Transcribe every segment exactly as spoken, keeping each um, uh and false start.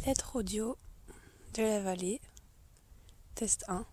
Lettre audio de la vallée, test un.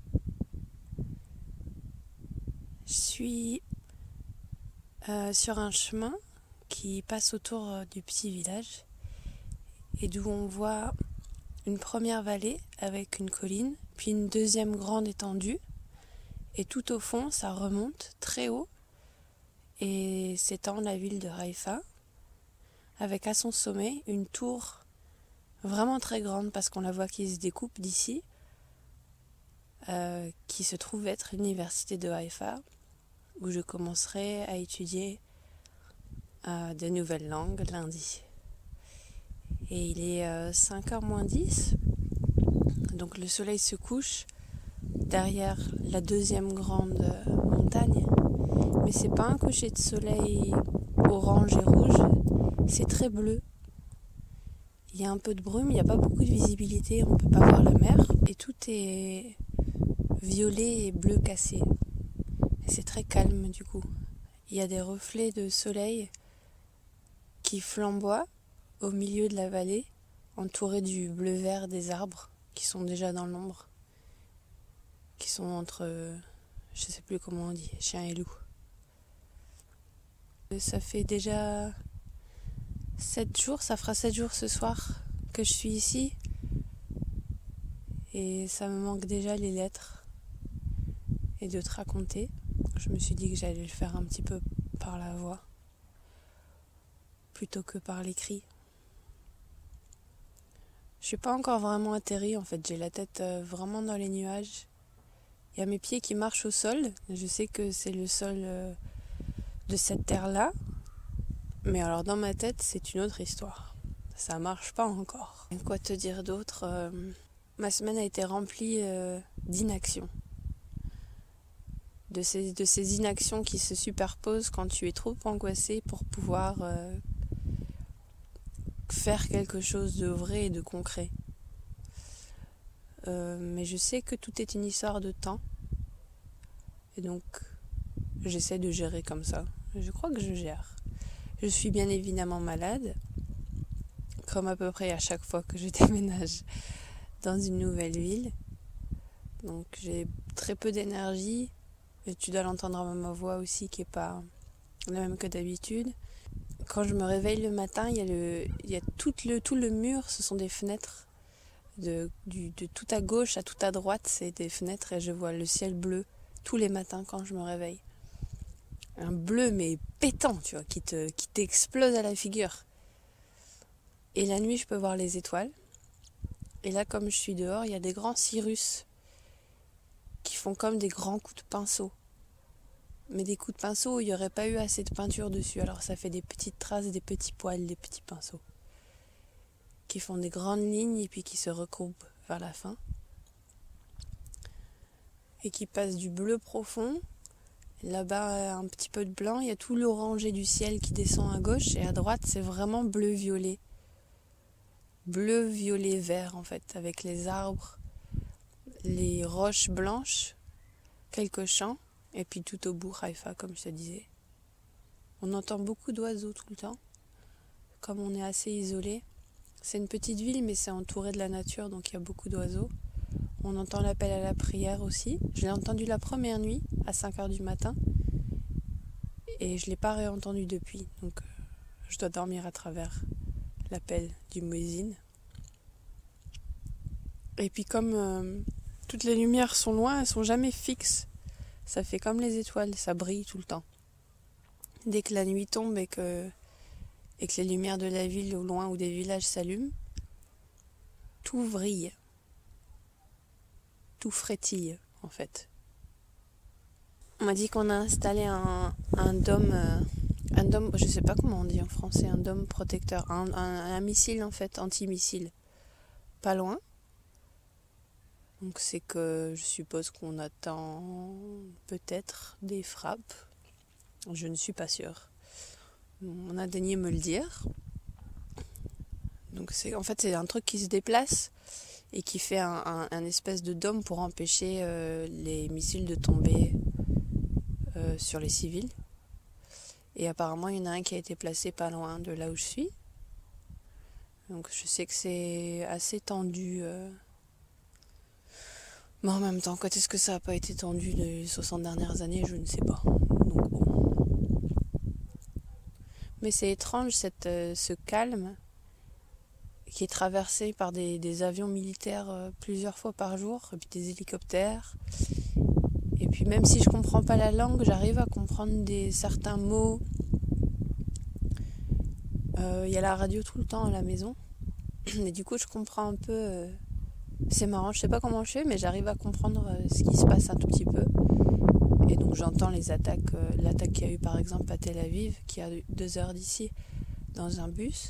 Je suis euh, sur un chemin qui passe autour euh, du petit village et d'où on voit une première vallée avec une colline, puis une deuxième grande étendue et tout au fond ça remonte très haut et s'étend la ville de Haïfa avec à son sommet une tour vraiment très grande parce qu'on la voit qui se découpe d'ici, euh, qui se trouve être l'université de Haïfa, où je commencerai à étudier euh, des nouvelles langues lundi. Et il est euh, cinq heures moins dix, donc le soleil se couche derrière la deuxième grande euh, montagne, mais c'est pas un coucher de soleil orange et rouge, c'est très bleu. Il y a un peu de brume, il n'y a pas beaucoup de visibilité, on ne peut pas voir la mer. Et tout est violet et bleu cassé. Et c'est très calme du coup. Il y a des reflets de soleil qui flamboient au milieu de la vallée, entourés du bleu-vert des arbres qui sont déjà dans l'ombre. Qui sont entre, je ne sais plus comment on dit, chien et loup. Ça fait déjà sept jours, ça fera sept jours ce soir que je suis ici et ça me manque déjà les lettres et de te raconter. Je me suis dit que j'allais le faire un petit peu par la voix plutôt que par l'écrit. Je suis pas encore vraiment atterrie en fait, j'ai la tête vraiment dans les nuages. Il y a mes pieds qui marchent au sol, je sais que c'est le sol de cette terre-là. Mais alors dans ma tête, c'est une autre histoire. Ça marche pas encore. Quoi te dire d'autre euh, Ma semaine a été remplie euh, d'inaction. De ces, de ces inactions qui se superposent quand tu es trop angoissé pour pouvoir euh, faire quelque chose de vrai et de concret. Euh, mais je sais que tout est une histoire de temps. Et donc, j'essaie de gérer comme ça. Je crois que je gère. Je suis bien évidemment malade, comme à peu près à chaque fois que je déménage dans une nouvelle ville. Donc j'ai très peu d'énergie, et tu dois l'entendre à ma voix aussi qui n'est pas la même que d'habitude. Quand je me réveille le matin, il y a, le, il y a tout, le, tout le mur, ce sont des fenêtres. De, du, de tout à gauche à tout à droite, c'est des fenêtres et je vois le ciel bleu tous les matins quand je me réveille. Un bleu mais pétant, tu vois, qui te, qui t'explose à la figure. Et la nuit, je peux voir les étoiles. Et là, comme je suis dehors, il y a des grands cirrus qui font comme des grands coups de pinceau. Mais des coups de pinceau où il n'y aurait pas eu assez de peinture dessus. Alors ça fait des petites traces, des petits poils, des petits pinceaux. Qui font des grandes lignes et puis qui se recoupent vers la fin. Et qui passent du bleu profond. Là-bas, un petit peu de blanc. Il y a tout l'orangé du ciel qui descend à gauche. Et à droite, c'est vraiment bleu-violet. Bleu, violet, vert en fait. Avec les arbres, les roches blanches, quelques champs. Et puis tout au bout, Haïfa, comme je te disais. On entend beaucoup d'oiseaux tout le temps. Comme on est assez isolé. C'est une petite ville, mais c'est entouré de la nature, donc il y a beaucoup d'oiseaux. On entend l'appel à la prière aussi. Je l'ai entendu la première nuit, à cinq heures du matin. Et je ne l'ai pas réentendu depuis. Donc euh, je dois dormir à travers l'appel du muezzin. Et puis comme euh, toutes les lumières sont loin, elles ne sont jamais fixes. Ça fait comme les étoiles, ça brille tout le temps. Dès que la nuit tombe et que... et que les lumières de la ville au loin ou des villages s'allument, tout vrille, tout frétille en fait. On m'a dit qu'on a installé un, un dôme, euh, un dôme, je sais pas comment on dit en français, un dôme protecteur, un, un, un missile en fait, anti-missile, pas loin. Donc c'est que je suppose qu'on attend peut-être des frappes, je ne suis pas sûre. On a daigné me le dire. Donc c'est, en fait c'est un truc qui se déplace et qui fait un, un, un espèce de dôme pour empêcher euh, les missiles de tomber euh, sur les civils. Et apparemment il y en a un qui a été placé pas loin de là où je suis. Donc je sais que c'est assez tendu. Euh... Mais en même temps, quand est-ce que ça n'a pas été tendu les soixante dernières années, je ne sais pas. Donc bon. Mais c'est étrange cette, euh, ce calme qui est traversé par des, des avions militaires euh, plusieurs fois par jour, et puis des hélicoptères. Et puis même si je comprends pas la langue, j'arrive à comprendre des, certains mots. Il euh, y a la radio tout le temps à la maison. Et du coup, je comprends un peu... Euh, c'est marrant, je sais pas comment je fais, mais j'arrive à comprendre euh, ce qui se passe un tout petit peu. Et donc j'entends les attaques, euh, l'attaque qu'il y a eu par exemple à Tel Aviv, qui a deux heures d'ici, dans un bus.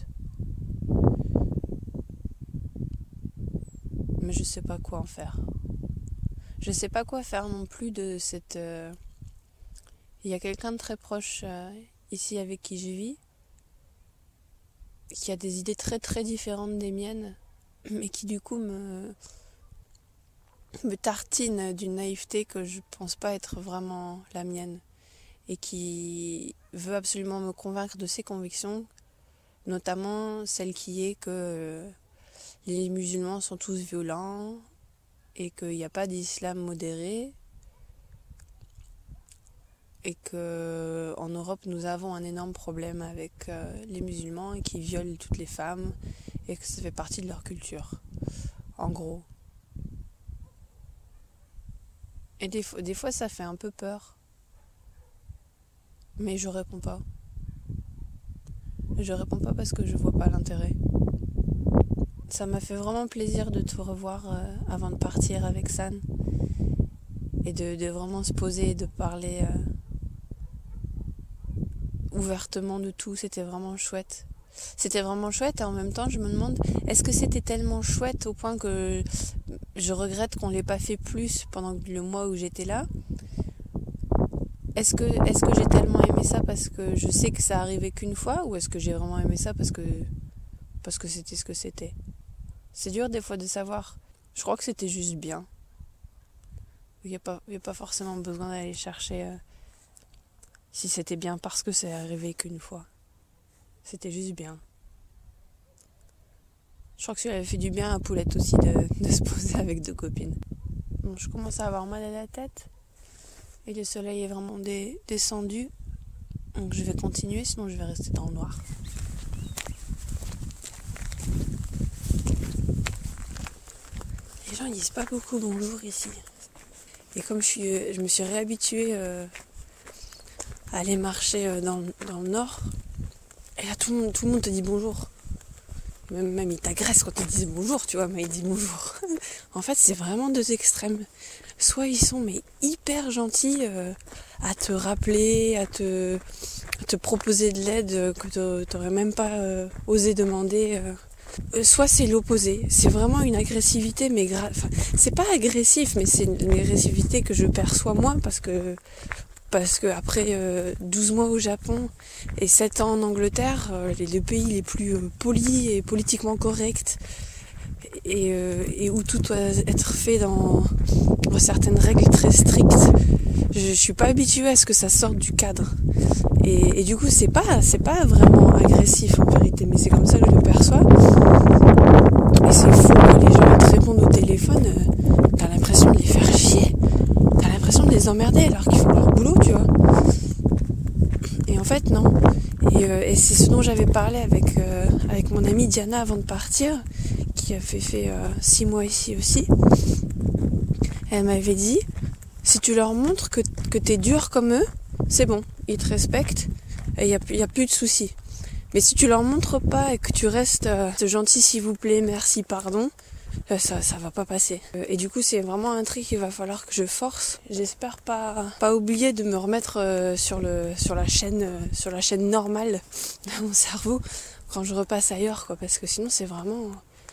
Mais je sais pas quoi en faire. Je sais pas quoi faire non plus de cette... Euh... Il y a quelqu'un de très proche euh, ici avec qui je vis, qui a des idées très très différentes des miennes, mais qui du coup me, me tartine d'une naïveté que je pense pas être vraiment la mienne, et qui veut absolument me convaincre de ses convictions, notamment celle qui est que euh, les musulmans sont tous violents et qu'il n'y a pas d'islam modéré, et qu'en Europe nous avons un énorme problème avec euh, les musulmans et qui violent toutes les femmes et que ça fait partie de leur culture, en gros. Et des fois, des fois ça fait un peu peur, mais je réponds pas. Je réponds pas parce que je vois pas l'intérêt. Ça m'a fait vraiment plaisir de te revoir euh, avant de partir avec San et de, de vraiment se poser et de parler euh, ouvertement de tout. C'était vraiment chouette. C'était vraiment chouette et en même temps je me demande, est-ce que c'était tellement chouette au point que je regrette qu'on l'ait pas fait plus pendant le mois où j'étais là? Est-ce que, est-ce que j'ai tellement aimé ça parce que je sais que ça arrivait qu'une fois, ou est-ce que j'ai vraiment aimé ça parce que, parce que c'était ce que c'était? C'est dur des fois de savoir. Je crois que c'était juste bien. Il n'y a pas, il y a pas forcément besoin d'aller chercher euh, si c'était bien parce que c'est arrivé qu'une fois. C'était juste bien. Je crois que ça avait fait du bien à Poulette aussi de, de se poser avec deux copines. Bon, je commence à avoir mal à la tête. Et le soleil est vraiment dé- descendu. Donc je vais continuer, sinon je vais rester dans le noir. Les gens ils disent pas beaucoup bonjour ici. Et comme je, suis, je me suis réhabituée euh, à aller marcher euh, dans, dans le nord, et là tout le monde, tout le monde te dit bonjour. Même, même ils t'agressent quand ils disent bonjour, tu vois, mais ils disent bonjour. En fait, c'est vraiment deux extrêmes. Soit ils sont mais hyper gentils euh, à te rappeler, à te, à te proposer de l'aide que t'aurais même pas euh, osé demander. Euh. Soit c'est l'opposé. C'est vraiment une agressivité, mais gra... enfin, c'est pas agressif, mais c'est une agressivité que je perçois moi parce que parce que après euh, douze mois au Japon et sept ans en Angleterre, euh, les, les pays les plus euh, polis et politiquement corrects, et, euh, et où tout doit être fait dans, dans certaines règles très strictes, je, je suis pas habituée à ce que ça sorte du cadre. Et, et du coup, c'est pas, c'est pas vraiment agressif en vérité, mais c'est comme ça que je le perçois. Et c'est fou, quand les gens te répondent au téléphone, euh, t'as l'impression de les faire chier. T'as l'impression de les emmerder alors qu'ils font leur boulot, tu vois. Et en fait, non. Et, euh, et c'est ce dont j'avais parlé avec, euh, avec mon amie Diana avant de partir, qui a fait, fait euh, six mois ici aussi. Elle m'avait dit, si tu leur montres que, que t'es dur comme eux, c'est bon, ils te respectent et il n'y a, y a plus de soucis. Mais si tu leur montres pas et que tu restes euh, gentil s'il vous plaît, merci, pardon, euh, ça ça va pas passer. Euh, et du coup c'est vraiment un truc qu'il va falloir que je force. J'espère pas pas oublier de me remettre euh, sur le sur la chaîne euh, sur la chaîne normale de mon cerveau quand je repasse ailleurs, quoi, parce que sinon c'est vraiment,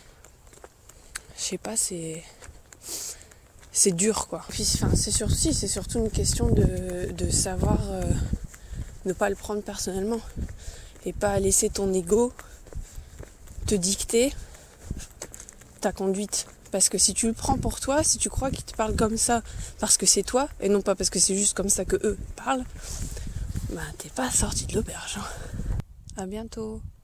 je sais pas, c'est c'est dur, quoi. Puis enfin c'est surtout si, c'est surtout une question de de savoir euh, ne pas le prendre personnellement et pas laisser ton ego te dicter ta conduite. Parce que si tu le prends pour toi, si tu crois qu'ils te parlent comme ça parce que c'est toi et non pas parce que c'est juste comme ça que eux parlent, bah t'es pas sorti de l'auberge. À bientôt.